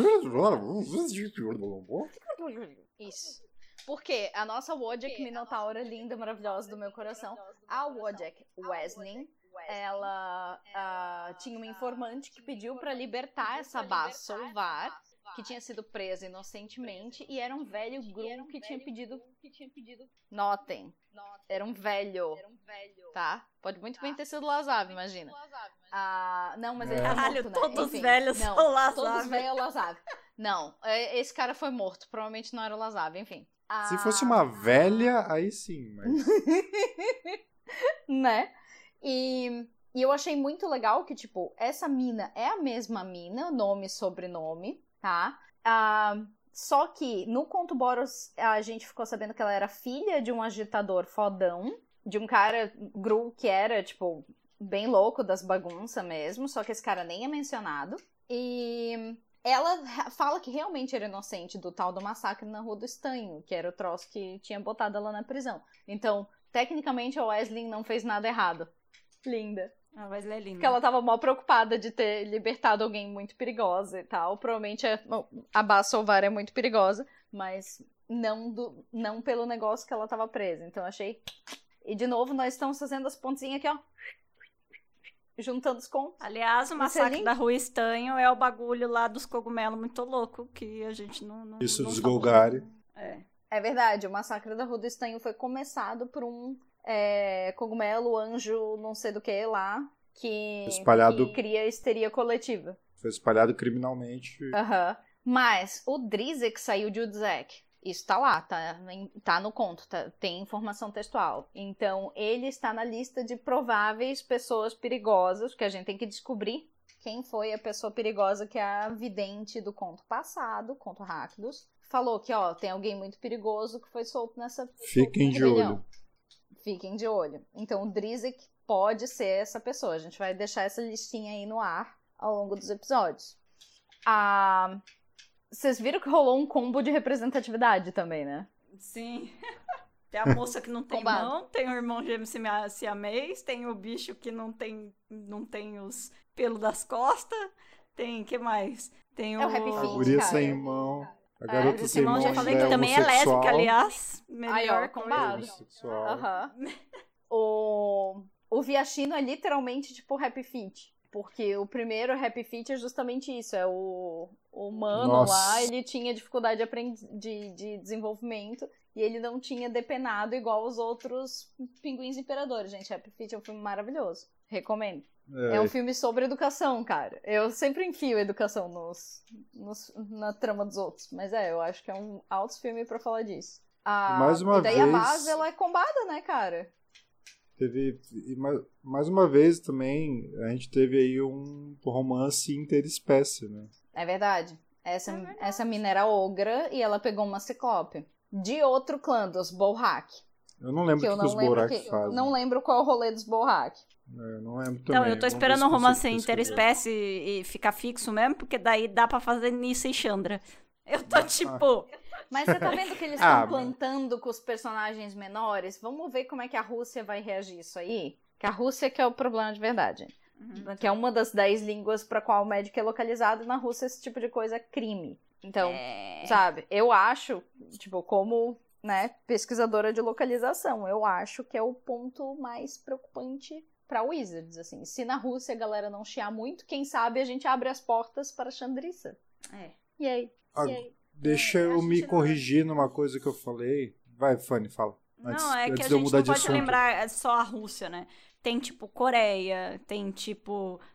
Isso. Porque a nossa Wojak Minotaura linda, maravilhosa do meu coração, a Wojak Wesley, ela tinha uma informante que pediu para libertar essa Bassolvar, que tinha sido presa inocentemente, e era um velho Gru que tinha pedido... Notem, era um velho, tá? Pode muito bem ter sido Lazav, imagina. Não, mas ele tá morto, né? Todos os velhos são Lazav. Todos velhos Lazav. Não, esse cara foi morto, provavelmente não era o Lazav, enfim. Se fosse uma velha, aí sim, mas... né? E eu achei muito legal que, tipo, essa mina é a mesma mina, nome e sobrenome, tá? Só que no conto Boros a gente ficou sabendo que ela era filha de um agitador fodão, de um cara Gru que era, tipo, bem louco das bagunças mesmo, só que esse cara nem é mencionado. E ela fala que realmente era inocente do tal do massacre na Rua do Estanho, que era o troço que tinha botado ela na prisão. Então, tecnicamente, a Wesley não fez nada errado. Linda. A Wesley é linda. Porque ela tava mal preocupada de ter libertado alguém muito perigosa e tal. Provavelmente a Bassolvar é muito perigosa, mas não pelo negócio que ela tava presa. Então, achei... E, de novo, nós estamos fazendo as pontinhas aqui, ó. Juntando os contos. Aliás, o massacre da Rua Estanho é o bagulho lá dos cogumelos muito louco, que a gente não Isso, dos Golgari. É verdade, o massacre da Rua do Estanho foi começado por um cogumelo, anjo, não sei do que lá, que cria histeria coletiva. Foi espalhado criminalmente. Mas o Drizek saiu de Udzek. Isso tá lá, tá no conto, tem informação textual. Então, ele está na lista de prováveis pessoas perigosas, que a gente tem que descobrir quem foi a pessoa perigosa que a vidente do conto passado, conto Rakdos, falou que, tem alguém muito perigoso que foi solto nessa Fiquem de olho. Fiquem de olho. Então, o Drizek pode ser essa pessoa. A gente vai deixar essa listinha aí no ar ao longo dos episódios. Vocês viram que rolou um combo de representatividade também, né? Sim. Tem a moça que não tem mão, tem o irmão gêmeo siamês, tem o bicho que não tem os pelos das costas, tem, que mais? Tem o Happy Feet, a guria sem mão, a garota sem mão, já falei que também é lésbica, aliás. Melhor combado. O Viashino é literalmente tipo Happy Feet. Porque o primeiro Happy Feet é justamente isso, é o humano lá, ele tinha dificuldade de desenvolvimento e ele não tinha depenado igual os outros pinguins imperadores, gente. Happy Feet é um filme maravilhoso, recomendo. É um filme sobre educação, cara. Eu sempre enfio educação na trama dos outros, mas eu acho que é um alto filme pra falar disso. Mais uma vez... a base, ela é combada, né, cara? Mais uma vez também, a gente teve aí um romance interespécie, né? É verdade. Essa mina era ogra e ela pegou uma ciclope. De outro clã, dos Bolhak. Eu não lembro o que os Bolhak fazem. Não lembro qual é o rolê dos Bolhak. Eu não lembro também. Então, eu tô esperando um romance interespécie e ficar fixo mesmo, porque daí dá pra fazer Nissa e Chandra. Eu tô tipo... Mas você tá vendo que eles estão plantando com os personagens menores? Vamos ver como é que a Rússia vai reagir isso aí? Que a Rússia que é o problema de verdade. Que é uma das 10 línguas pra qual o Magic é localizado. E na Rússia esse tipo de coisa é crime. Então, sabe, eu acho, tipo, como, né, pesquisadora de localização, eu acho que é o ponto mais preocupante pra Wizards, assim. Se na Rússia a galera não chiar muito, quem sabe a gente abre as portas para Chandrissa. E aí? Deixa eu me corrigir numa coisa que eu falei. Vai, Fanny, fala. Não, é que a gente não pode lembrar só a Rússia, né? Tem, tipo, Coreia, tem, tipo,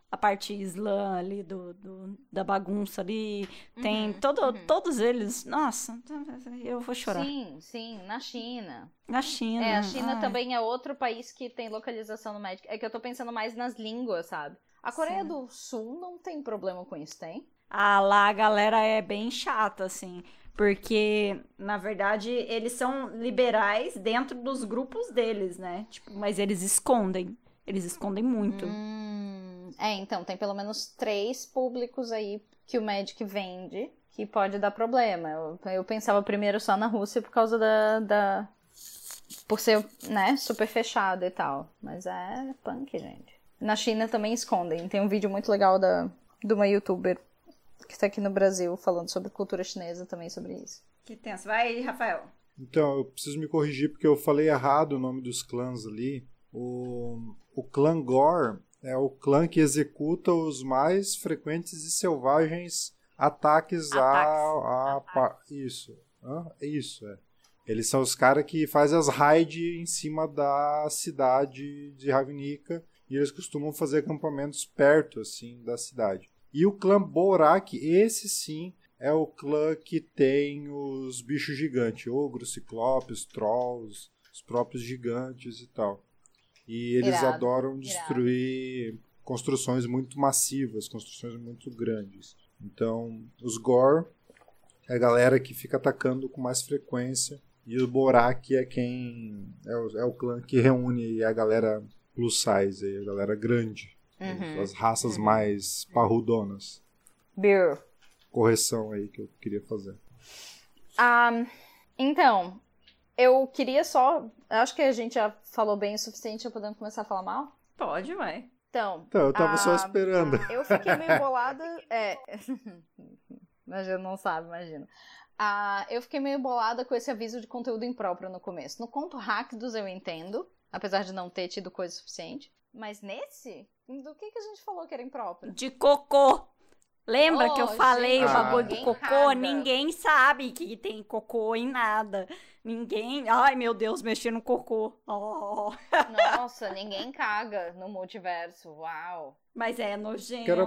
a parte islã ali da bagunça ali. Tem todos eles. Nossa, eu vou chorar. Sim, na China. Na China. A China também é outro país que tem localização no Magic. É que eu tô pensando mais nas línguas, sabe? A Coreia do Sul não tem problema com isso, tem? Lá a galera é bem chata, assim. Porque, na verdade, eles são liberais dentro dos grupos deles, né? Tipo, mas eles escondem. Eles escondem muito. Então, tem pelo menos 3 públicos aí que o Magic vende que pode dar problema. Eu pensava primeiro só na Rússia por causa por ser, né, super fechado e tal. Mas é punk, gente. Na China também escondem. Tem um vídeo muito legal de uma youtuber que tá aqui no Brasil falando sobre cultura chinesa também sobre isso. Que tenso. Vai, Rafael. Então, eu preciso me corrigir porque eu falei errado o nome dos clãs ali. O clã Gore é o clã que executa os mais frequentes e selvagens ataques. Isso. Isso, é. Eles são os caras que fazem as raids em cima da cidade de Ravnica e eles costumam fazer acampamentos perto, assim, da cidade. E o clã Borak, esse sim, é o clã que tem os bichos gigantes, ogros, ciclopes, trolls, os próprios gigantes e tal. E eles adoram destruir construções muito massivas, construções muito grandes. Então, os Gore é a galera que fica atacando com mais frequência. E o Borak é quem é o clã que reúne a galera plus size, a galera grande. As raças mais parrudonas. Beer. Correção aí que eu queria fazer. Então, eu queria só... Acho que a gente já falou bem o suficiente, já podemos começar a falar mal? Pode, ué. Então, eu tava só esperando. Eu fiquei meio bolada... Imagina, não sabe, imagina. Eu fiquei meio bolada com esse aviso de conteúdo impróprio no começo. No conto Rakdos eu entendo, apesar de não ter tido coisa suficiente. Mas nesse, do que a gente falou que era impróprio? De cocô. Lembra que eu falei o bagulho do cocô? Caga. Ninguém sabe que tem cocô em nada. Ninguém... Ai, meu Deus, mexer no cocô. Oh. Nossa, ninguém caga no multiverso. Uau. Mas é nojento. Quero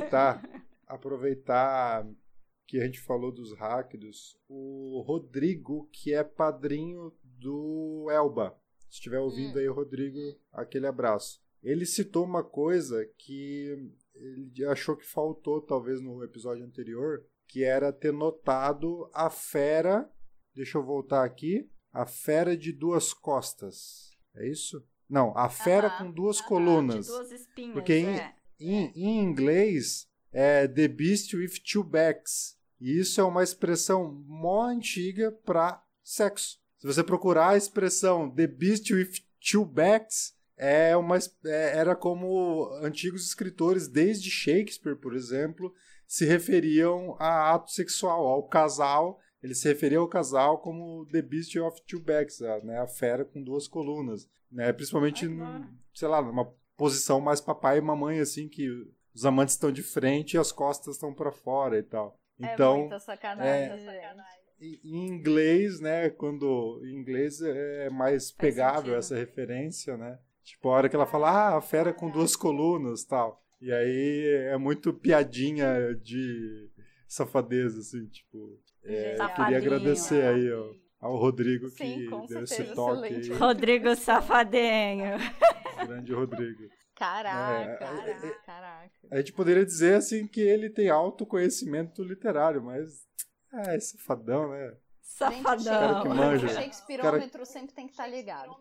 aproveitar que a gente falou dos Rakdos. O Rodrigo, que é padrinho do Elba. Se estiver ouvindo aí, Rodrigo, aquele abraço. Ele citou uma coisa que ele achou que faltou, talvez, no episódio anterior, que era ter notado a fera... Deixa eu voltar aqui. A fera de 2 costas. É isso? Não, a fera com 2 colunas. De 2 espinhas, porque em inglês é The Beast with 2 Backs. E isso é uma expressão mó antiga para sexo. Se você procurar a expressão The Beast with 2 Backs, era como antigos escritores, desde Shakespeare, por exemplo, se referiam a ato sexual, ao casal. Ele se referia ao casal como The Beast of 2 Backs, né? A fera com 2 colunas. Né? Principalmente, sei lá, numa posição mais papai e mamãe, assim, que os amantes estão de frente e as costas estão para fora e tal. Então, muita sacanagem, em inglês, né? Em inglês é mais pegável essa referência, né? Tipo, a hora que ela fala, a fera com 2 colunas, tal. E aí é muito piadinha de safadeza, assim, tipo... eu queria agradecer aí ao Rodrigo que deu esse toque aí. Rodrigo Safadinho. Grande Rodrigo. Caraca. A gente poderia dizer, assim, que ele tem autoconhecimento literário, mas... é safadão, né? Safadão. Gente, que manja. O Shakespeareômetro sempre tem que estar ligado.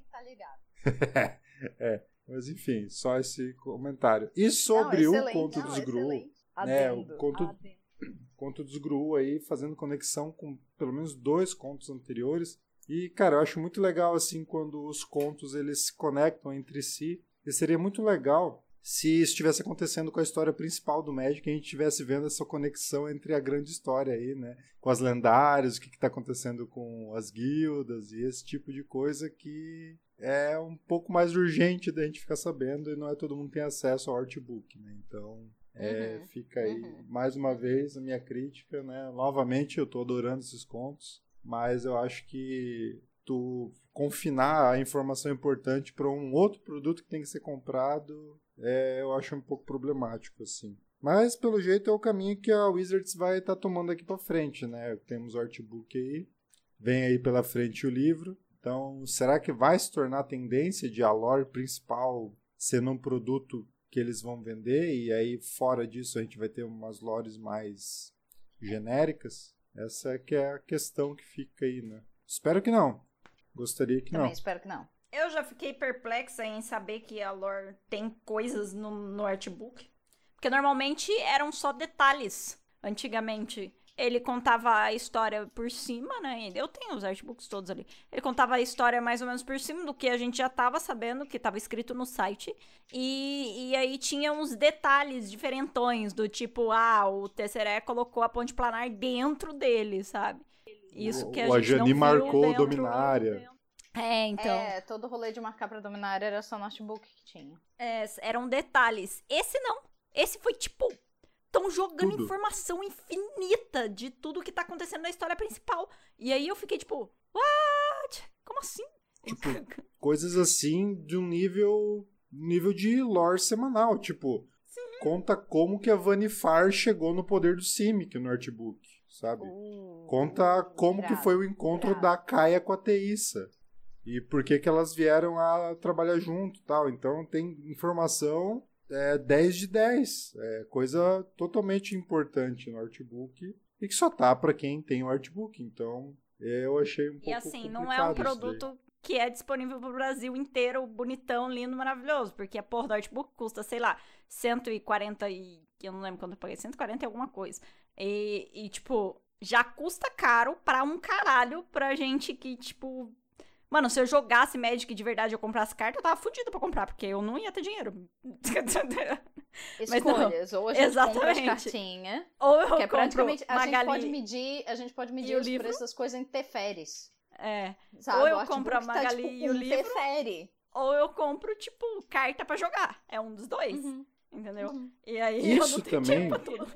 Mas enfim, só esse comentário. E sobre o Conto dos Gru, né? O Conto dos Gru aí, fazendo conexão com pelo menos 2 contos anteriores. E, cara, eu acho muito legal, assim, quando os contos, eles se conectam entre si. E seria muito legal se isso estivesse acontecendo com a história principal do Magic, que a gente estivesse vendo essa conexão entre a grande história aí, né? Com as lendárias, o que está acontecendo com as guildas e esse tipo de coisa que é um pouco mais urgente da gente ficar sabendo e não é todo mundo que tem acesso ao artbook, né? Então, fica aí, mais uma vez, a minha crítica, né? Novamente, eu estou adorando esses contos, mas eu acho que tu confinar a informação importante para um outro produto que tem que ser comprado eu acho um pouco problemático, assim. Mas, pelo jeito, é o caminho que a Wizards vai estar tomando aqui pra frente, né? Temos o artbook aí, vem aí pela frente o livro. Então, será que vai se tornar tendência de a lore principal sendo um produto que eles vão vender? E aí, fora disso, a gente vai ter umas lores mais genéricas? Essa é que é a questão que fica aí, né? Espero que não. Gostaria que não. Também espero que não. Eu já fiquei perplexa em saber que a lore tem coisas no artbook. Porque normalmente eram só detalhes, antigamente. Ele contava a história por cima, né? Eu tenho os artbooks todos ali. Ele contava a história mais ou menos por cima do que a gente já tava sabendo, que tava escrito no site. E aí tinha uns detalhes diferentões, do tipo, o Tesseract colocou a ponte planar dentro dele, sabe? Isso que a gente não viu marcou Dominária. Então. Todo o rolê de marcar pra Dominária era só no artbook que tinha. Eram detalhes. Esse não. Esse foi tipo... Estão jogando tudo. Informação infinita de tudo que tá acontecendo na história principal. E aí eu fiquei tipo, what? Como assim? Tipo, coisas assim de um nível de lore semanal. Tipo, conta como que a Vannifar chegou no poder do Simic no artbook, sabe? Conta como que foi o encontro da Kaia com a Teissa. E por que elas vieram a trabalhar junto e tal. Então tem informação... 10 de 10. É coisa totalmente importante no artbook e que só tá pra quem tem o artbook. Então, eu achei um pouco complicado. E assim, não é um produto que é disponível pro Brasil inteiro, bonitão, lindo, maravilhoso. Porque a porra do artbook custa, sei lá, 140 e... Eu não lembro quanto eu paguei, 140 e alguma coisa. E tipo, já custa caro pra um caralho pra gente que, tipo... Mano, se eu jogasse Magic de verdade e eu comprasse carta, eu tava fudida pra comprar, porque eu não ia ter dinheiro. Escolhas. Ou a gente compra as cartinhas. Ou eu que é praticamente, Magali, a gente pode medir os preços das coisas em teferes. Sabe? Ou eu compro a Magali tá, tipo, e o livro. Tefere. Ou eu compro, tipo, carta pra jogar. É um dos dois. Entendeu? E aí isso eu não tenho também... dinheiro pra tudo.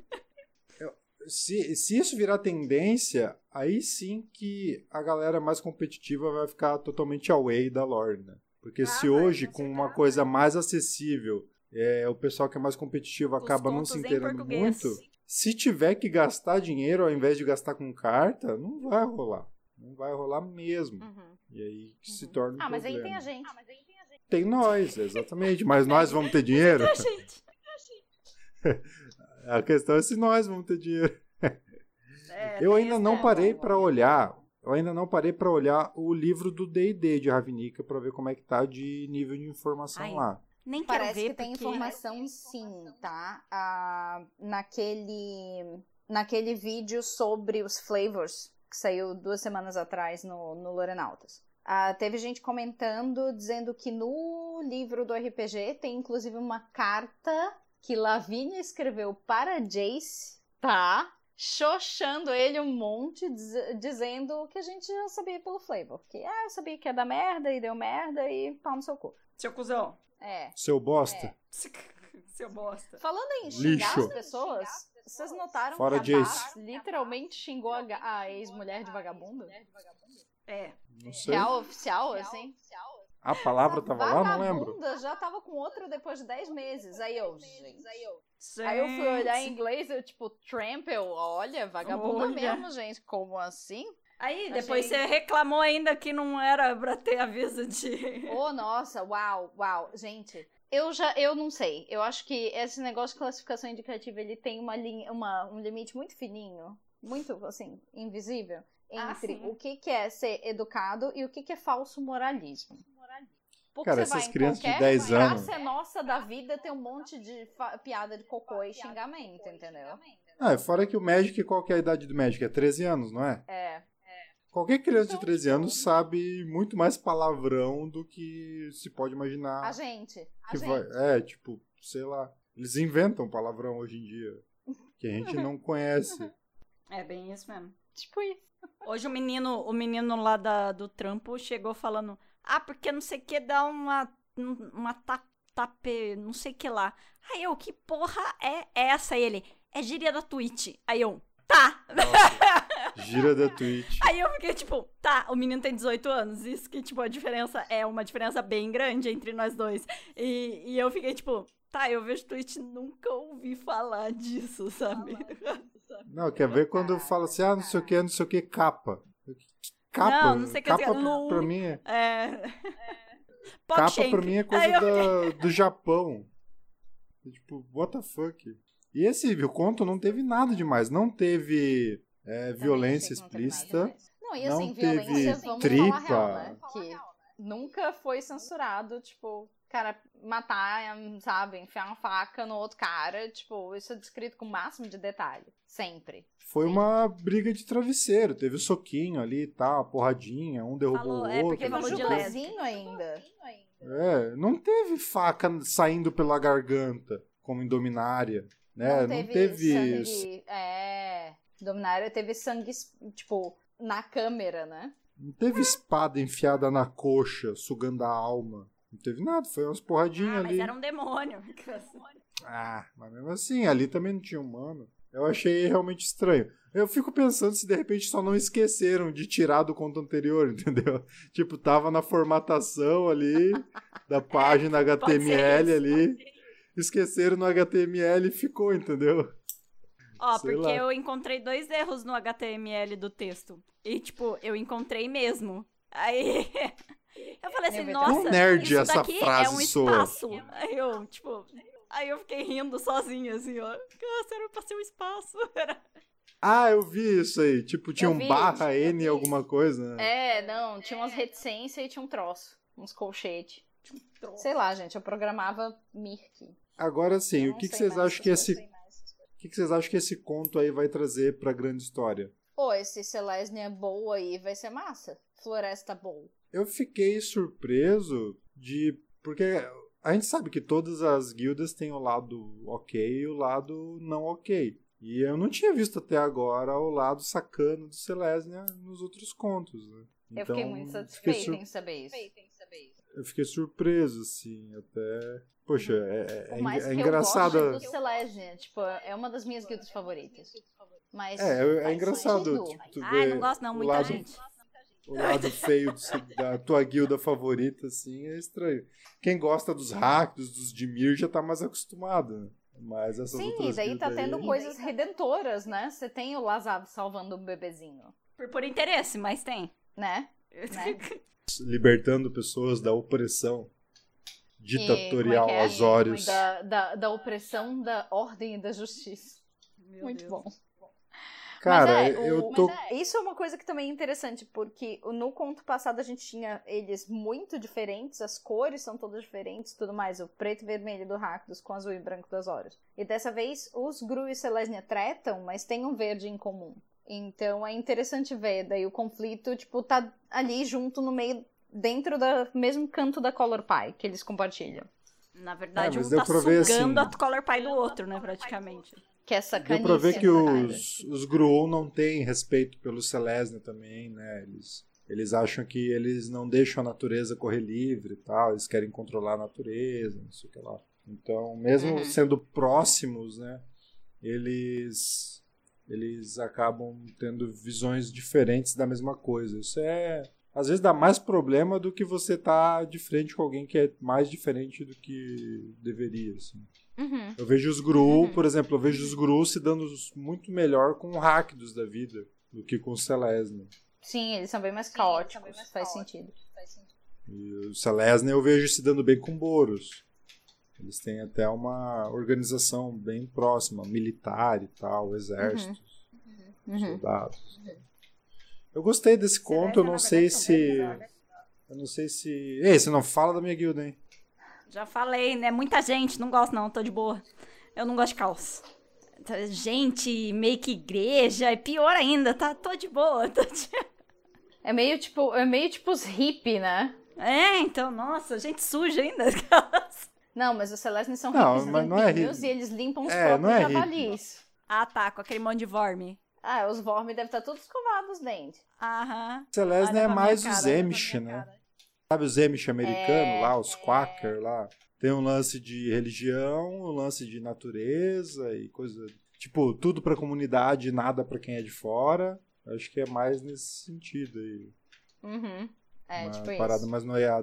Se isso virar tendência, aí sim que a galera mais competitiva vai ficar totalmente away da lore, né? Porque se hoje, com uma coisa mais acessível, o pessoal que é mais competitivo acaba não se inteirando muito, se tiver que gastar dinheiro ao invés de gastar com carta, não vai rolar. Não vai rolar mesmo. E aí se torna um problema. Mas aí tem a gente. Tem nós, exatamente. Mas nós vamos ter dinheiro? Tem a gente. A questão é se nós vamos ter dinheiro. Eu ainda não parei para olhar. Eu ainda não parei para olhar o livro do D&D de Ravnica para ver como é que tá de nível de informação lá. Nem quero Parece ver que tem porque... informação sim, tá? Naquele vídeo sobre os flavors que saiu 2 semanas atrás no Lorenautas. Teve gente comentando, dizendo que no livro do RPG tem inclusive uma carta que Lavínia escreveu para Jace, tá? Xoxando ele um monte, dizendo o que a gente já sabia pelo flavor. Que, eu sabia que ia dar merda, e deu merda, e pau no seu cu. Seu cuzão. Seu bosta. Seu bosta. Falando em xingar Lixo. as pessoas, vocês notaram Fora que a Jace. Bart literalmente xingou a ex-mulher de vagabundo? Não sei. Real oficial, assim? A palavra tava lá? Não lembro. Vagabunda já tava com outra depois de 10 meses. Aí eu fui olhar em inglês, eu tipo, trample, olha, vagabunda mesmo, gente. Como assim? Aí, depois você reclamou ainda que não era pra ter aviso de... Nossa, uau. Gente, eu não sei. Eu acho que esse negócio de classificação indicativa, ele tem um limite muito fininho, muito, assim, invisível, entre o que é ser educado e o que é falso moralismo. Porque Cara, você vai essas em crianças qualquer de 10 anos... praça nossa da vida tem um monte de piada de cocô e xingamento, entendeu? Fora que o Magic, qual que é a idade do Magic? É 13 anos, não é? Qualquer criança de 13 anos sabe muito mais palavrão do que se pode imaginar. A gente. Tipo, sei lá. Eles inventam palavrão hoje em dia que a gente não conhece. É bem isso mesmo. Tipo isso. Hoje o menino lá do trampo chegou falando, porque não sei o que dá uma tape, não sei o que lá. Aí eu, que porra é essa? E ele, é gíria da Twitch. Aí eu, tá. Nossa, gíria da Twitch. Aí eu fiquei tipo, tá, o menino tem 18 anos. Isso que, tipo, a diferença é uma diferença bem grande entre nós dois. E eu fiquei tipo, tá, eu vejo Twitch, nunca ouvi falar disso, sabe? Não, quer ver quando fala assim, não sei o que, capa. Capa? Não sei o que capa dizer, pra mim Capa pra mim é coisa do Japão. Tipo, what the fuck? E o conto não teve nada demais. Não teve violência explícita. Não, e assim, não violência, teve vamos tripa. falar real, né? Que nunca foi censurado, tipo, cara matar, sabe, enfiar uma faca no outro cara, tipo, isso é descrito com o máximo de detalhe. Sempre. Foi uma briga de travesseiro. Teve o soquinho ali e tal, porradinha, um derrubou o outro. Porque falou de lésbico ainda. Não teve faca saindo pela garganta, como em Dominária, né? Não teve sangue, Dominária teve sangue, tipo, na câmera, né? Não teve espada enfiada na coxa, sugando a alma. Não teve nada, foi umas porradinhas ali. Mas era um demônio. Mas mesmo assim, ali também não tinha humano. Eu achei realmente estranho. Eu fico pensando se de repente só não esqueceram de tirar do conto anterior, entendeu? Tipo, tava na formatação ali, da página HTML ali. Esqueceram no HTML e ficou, entendeu? Porque eu encontrei 2 erros no HTML do texto. E, tipo, eu encontrei mesmo. Aí eu falei assim, nossa, nerd isso essa daqui frase é um espaço. Aí eu fiquei rindo sozinha, assim, ó. Era pra ser um espaço. Eu vi isso aí. Tipo, tinha barra N alguma coisa. Né? Tinha umas reticências e tinha um troço. Uns colchetes. Sei lá, gente, eu programava Mirk. Agora sim, o que vocês acham que esse conto aí vai trazer pra grande história? Esse Selesnya boa aí vai ser massa. Floresta boa. Eu fiquei surpreso porque a gente sabe que todas as guildas têm o lado ok e o lado não ok. E eu não tinha visto até agora o lado sacano do Selesnya nos outros contos, né? Então, eu fiquei muito satisfeita em saber isso. Eu fiquei surpreso, assim, até... Poxa, é engraçado. Eu gosto do Selesnya, tipo, é uma das minhas guildas favoritas. Mas é engraçado. Não gosto não, muita gente. O lado feio da tua guilda favorita, assim, é estranho. Quem gosta dos Rakdos, dos Dimir, já tá mais acostumado, né? Mas essas outras e daí tá tendo aí... coisas redentoras, né? Você tem o Lazav salvando um bebezinho. Por interesse, mas tem. Né? Libertando pessoas da opressão ditatorial Azorius. Da opressão da ordem e da justiça. Muito bom. Cara, isso é uma coisa que também é interessante, porque no conto passado a gente tinha eles muito diferentes, as cores são todas diferentes, tudo mais, o preto e vermelho do Rakdos com o azul e branco das Azorius. E dessa vez os Gru e Selesnya tretam, mas tem um verde em comum. Então é interessante ver, daí o conflito, tipo, tá ali junto no meio, dentro do mesmo canto da Color Pie que eles compartilham. Na verdade, um tá sugando a Color Pie do outro, né, praticamente. Que é sacanice. Deu pra ver que os Gruul não têm respeito pelo Selesnya também, né? Eles acham que eles não deixam a natureza correr livre e tal, eles querem controlar a natureza, não sei o que lá. Então, mesmo sendo próximos, né? Eles acabam tendo visões diferentes da mesma coisa. Isso às vezes dá mais problema do que você tá de frente com alguém que é mais diferente do que deveria, assim. Eu vejo os Gruul, por exemplo, os Gruul se dando muito melhor com o Rakdos da vida do que com o Selesnya. Sim, eles são bem mais caóticos, faz sentido. E o Selesnya eu vejo se dando bem com Boros. Eles têm até uma organização bem próxima, militar e tal, exércitos, soldados. Eu gostei desse conto, eu não sei se... Ei, você não fala da minha guilda, hein? Já falei, né? Muita gente, não gosto não, tô de boa. Eu não gosto de caos. Gente, meio que igreja, é pior ainda, tá? Tô de boa. É meio tipo os hippies, né? Então, nossa, gente suja ainda. Não, mas os Selesnya são hippies limpinhos e eles limpam os próprios javalis. Tá, com aquele monte de vorme. Os vormes devem estar todos escovados os dentes. Selesnya é mais os Emish, né? Sabe os Emish americanos lá, os Quaker lá? Tem um lance de religião, um lance de natureza e coisa... Tipo, tudo pra comunidade, nada pra quem é de fora. Acho que é mais nesse sentido aí. Uma parada mais noiada.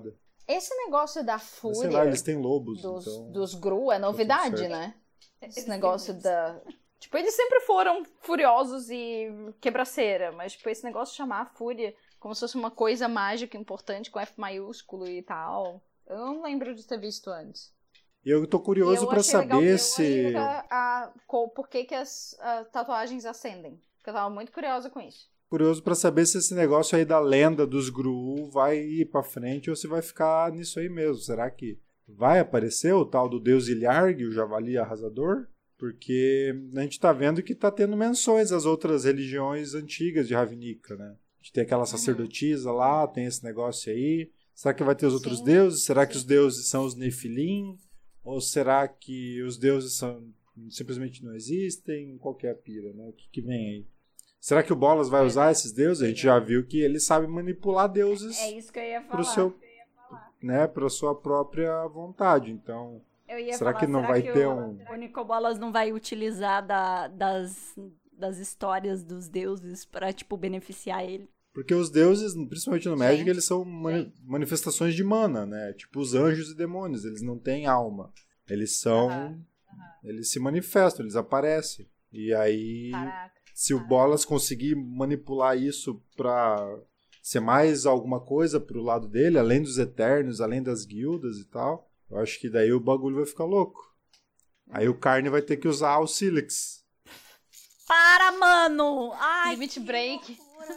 Esse negócio da fúria... Sei lá, eles têm lobos, dos Gru é novidade, né? Esse negócio da... Tipo, eles sempre foram furiosos e quebraceira, mas, tipo, esse negócio de chamar a fúria como se fosse uma coisa mágica importante com F maiúsculo e tal, eu não lembro de ter visto antes. E eu tô curioso pra saber se... por que as tatuagens acendem. Porque eu tava muito curiosa com isso. Curioso pra saber se esse negócio aí da lenda dos Gru vai ir pra frente ou se vai ficar nisso aí mesmo. Será que vai aparecer o tal do Deus Ilyarg, o Javali Arrasador? Porque a gente tá vendo que tá tendo menções às outras religiões antigas de Ravnica, né? A gente tem aquela sacerdotisa lá, tem esse negócio aí. Será que vai ter os outros deuses? Será que os deuses são os Nefilim? Ou será que os deuses simplesmente não existem? Qual que é a pira, né? O que vem aí? Será que o Bolas vai usar esses deuses? A gente já viu que ele sabe manipular deuses. É isso que eu ia falar. Né, para sua própria vontade. Então, será que não vai ter o Nicobolas não vai utilizar das histórias dos deuses pra, tipo, beneficiar ele? Porque os deuses, principalmente no Magic, eles são manifestações de mana, né? Tipo os anjos e demônios, eles não têm alma. Eles são... Eles se manifestam, eles aparecem. E aí, se o Bolas conseguir manipular isso pra ser mais alguma coisa pro lado dele, além dos Eternos, além das guildas e tal, eu acho que daí o bagulho vai ficar louco. Aí o Carne vai ter que usar o Silix. Para, mano! Ai, Limit Break.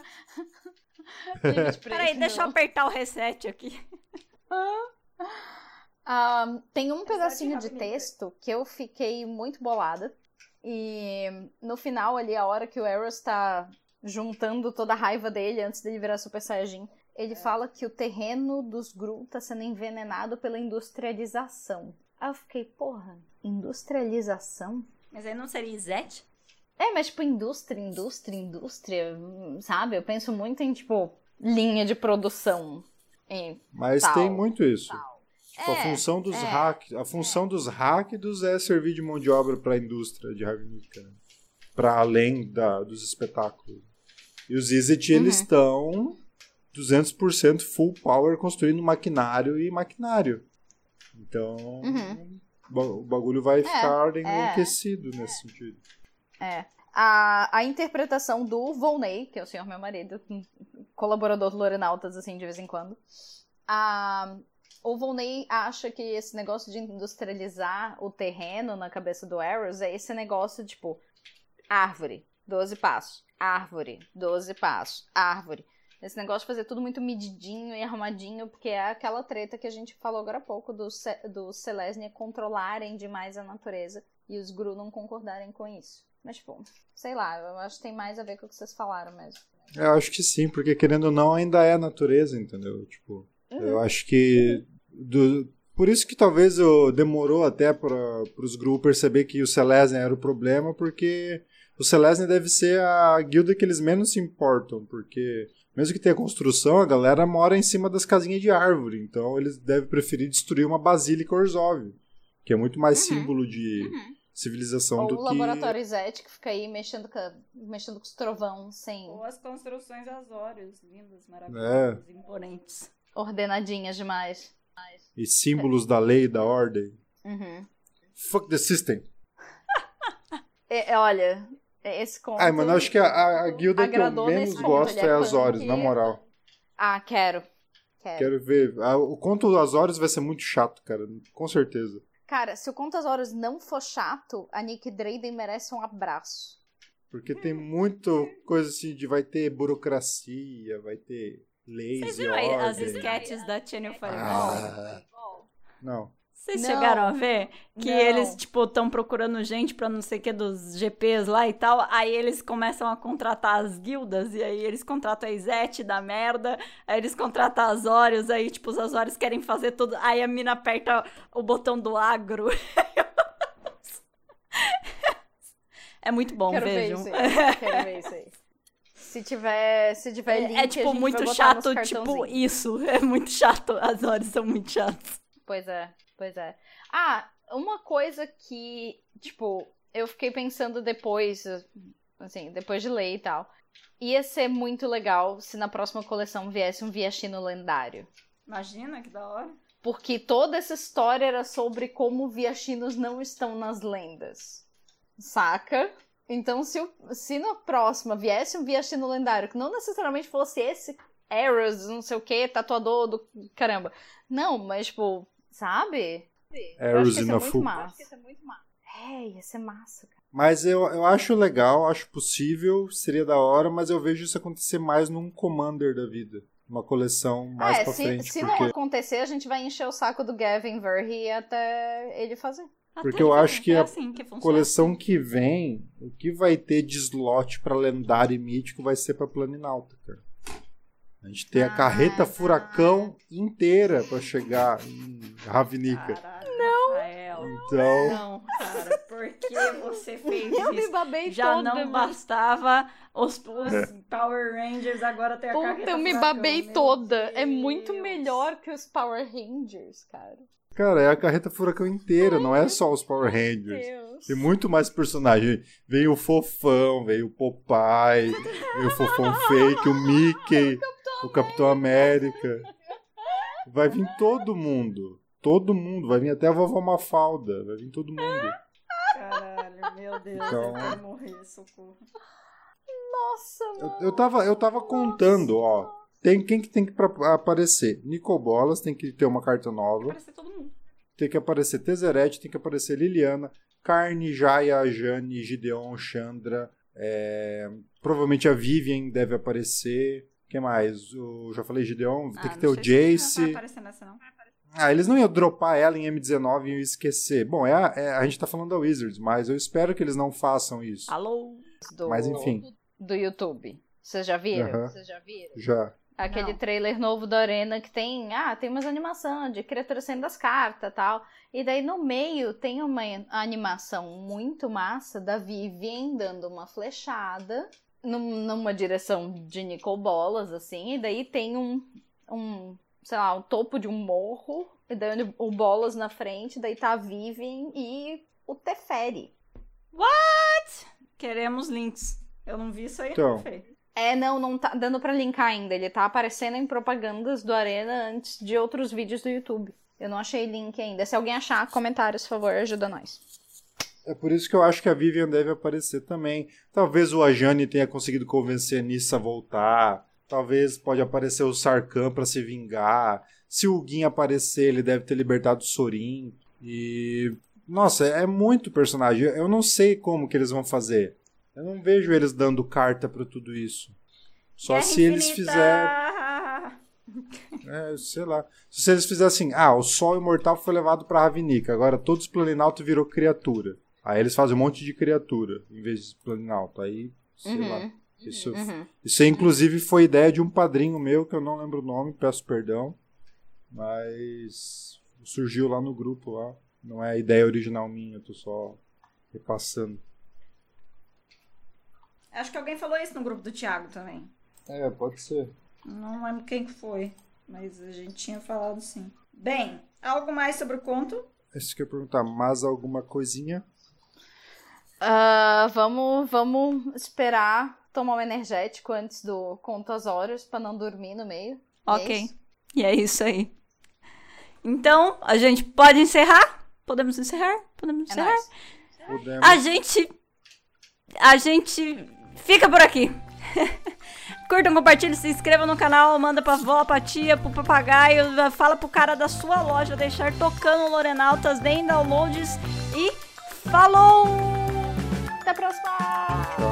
Peraí, deixa eu apertar o reset aqui. Tem um pedacinho de texto que eu fiquei muito bolada. E no final ali, a hora que o Eros tá juntando toda a raiva dele antes dele virar Super Saiyajin, ele fala que o terreno dos Gru tá sendo envenenado pela industrialização. Aí eu fiquei, porra, industrialização? Mas aí não seria Izete? Mas tipo, indústria, sabe? Eu penso muito em, tipo, linha de produção. Mas tem muito isso. Tipo, a função dos Rakdos é servir de mão de obra para a indústria de Ravnica, né? Para além dos espetáculos. E os Izzet, eles estão 200% full power construindo maquinário. Então, o bagulho vai ficar enlouquecido nesse sentido. A interpretação do Volney, que é o senhor meu marido, colaborador do Lorenautas, assim, de vez em quando. O Volney acha que esse negócio de industrializar o terreno na cabeça do Eros é esse negócio, tipo, árvore, 12 passos, árvore, 12 passos, árvore. Esse negócio de fazer tudo muito medidinho e arrumadinho, porque é aquela treta que a gente falou agora há pouco dos Selesnya controlarem demais a natureza e os Gru não concordarem com isso. Mas, tipo, sei lá, eu acho que tem mais a ver com o que vocês falaram mesmo. Eu acho que sim, porque querendo ou não, ainda é a natureza, entendeu? Tipo, eu acho que... Por isso que talvez demorou até para os Gru perceber que o Selesnya era o problema, porque o Selesnya deve ser a guilda que eles menos se importam, porque mesmo que tenha construção, a galera mora em cima das casinhas de árvore, então eles devem preferir destruir uma Basílica Orzhov, que é muito mais símbolo de civilização ou do que... Ou o Laboratório Zet, que fica aí mexendo com os trovão sem... Ou as construções Azorius, lindas, maravilhosas, imponentes. Ordenadinhas demais. E símbolos da lei e da ordem. Fuck the system. Olha, esse conto... Mano, eu acho que a guilda que eu menos gosto é Azorius, na moral. Quero. Quero ver. O conto do Azorius vai ser muito chato, cara. Com certeza. Cara, se o conto dos Azorius não for chato, a Nick Drayden merece um abraço. Porque tem muita coisa assim de vai ter burocracia, vai ter leis e ordem. Vocês viram as sketches da Channel Fireball? Não. Vocês chegaram a ver? Que eles, tipo, estão procurando gente pra não sei o que dos GPs lá e tal. Aí eles começam a contratar as guildas. E aí eles contratam a Izete da merda. Aí eles contratam as Azorius. Aí, tipo, os Azorius querem fazer tudo. Aí a mina aperta o botão do agro. É muito bom, vejam. Quero ver isso aí. Se tiver link, é tipo, muito chato, tipo, isso. É muito chato. As Azorius são muito chatos. Pois é. Uma coisa que, tipo, eu fiquei pensando depois, assim, depois de ler e tal. Ia ser muito legal se na próxima coleção viesse um Viashino lendário. Imagina, que da hora. Porque toda essa história era sobre como viaxinos não estão nas lendas. Saca? Então, se na próxima viesse um viaxino lendário, que não necessariamente fosse esse Eros, não sei o que, tatuador do caramba. Não, mas, tipo, sabe? Eros ia ser muito massa. Ia ser massa, cara. Mas eu acho legal, acho possível, seria da hora, mas eu vejo isso acontecer mais num Commander da vida. Uma coleção mais pra frente. Se porque... não acontecer, a gente vai encher o saco do Gavin Verhey até ele fazer. Porque eu acho que a coleção que vem, o que vai ter de slot pra lendário e mítico vai ser pra Planinauta, cara. A gente tem a carreta furacão inteira pra chegar em Ravnica. Então... Não, cara, por que você fez Eu isso? me babei Já toda, não bastava os Power Rangers, agora tem a carreta eu me furacão, babei meu toda. É Deus. muito melhor que os Power Rangers, cara. Cara, é a carreta furacão inteira, não é só os Power Rangers. Deus. Tem muito mais personagem. Vem o Fofão, vem o Popeye, vem o Fofão Fake, o Mickey, o Capitão América. Vai vir todo mundo. Todo mundo. Vai vir até a Vovó Mafalda. Vai vir todo mundo. Caralho, meu Deus, Então... eu quero morrer, socorro. Nossa, mano. Eu tava contando, ó. Quem que tem que aparecer? Nicobolas tem que ter uma carta nova. Aparecer todo mundo. Tem que aparecer Tezzeret, tem que aparecer Liliana, Carne, Jaya, Jane, Gideon, Chandra. Provavelmente a Vivian deve aparecer. Quem mais? Eu já falei Gideon, tem que ter o Jace. Não vai aparecer nessa, não. Eles não iam dropar ela em M19 e iam esquecer. Bom, a gente tá falando da Wizards, mas eu espero que eles não façam isso. Alô? Mas enfim. Do YouTube. Vocês já viram? Já. Aquele Não. trailer novo da Arena que tem umas animações de criaturas saindo das cartas e tal. E daí no meio tem uma animação muito massa da Vivian dando uma flechada numa direção de Nicobolas, assim. E daí tem um topo de um morro. E daí o Bolas na frente. Daí tá a Vivian e o Teferi. What? Queremos links. Eu não vi isso aí, Então. não, Fê. Não tá dando pra linkar ainda. Ele tá aparecendo em propagandas do Arena antes de outros vídeos do YouTube. Eu não achei link ainda. Se alguém achar, comentários, por favor, ajuda nós. É por isso que eu acho que a Vivian deve aparecer também. Talvez o Ajani tenha conseguido convencer a Nissa a voltar. Talvez pode aparecer o Sarkhan pra se vingar. Se o Gin aparecer, ele deve ter libertado o Sorin. E... Nossa, é muito personagem. Eu não sei como que eles vão fazer. Eu não vejo eles dando carta pra tudo isso. Só Guerra se eles Infinita! fizerem... sei lá. Se eles fizessem assim, o Sol Imortal foi levado pra Ravnica, agora todos os Planinauta virou criatura. Aí eles fazem um monte de criatura, em vez de Planinauta. Aí, sei lá. Isso inclusive foi ideia de um padrinho meu, que eu não lembro o nome, peço perdão. Mas surgiu lá no grupo, lá. Não é a ideia original minha, eu tô só repassando. Acho que alguém falou isso no grupo do Thiago também. Pode ser. Não lembro quem que foi, mas a gente tinha falado sim. Bem, algo mais sobre o conto? Isso que eu ia perguntar, mais alguma coisinha? Vamos esperar tomar um energético antes do conto às horas pra não dormir no meio. Ok. E é isso aí. Então, a gente pode encerrar? Podemos encerrar? Podemos encerrar? Nóis. Podemos. A gente fica por aqui. Curtam, compartilhem, se inscrevam no canal, manda pra avó, pra tia, pro papagaio, fala pro cara da sua loja deixar tocando Lorenautas, deem downloads e falou! Até a próxima! Tchau.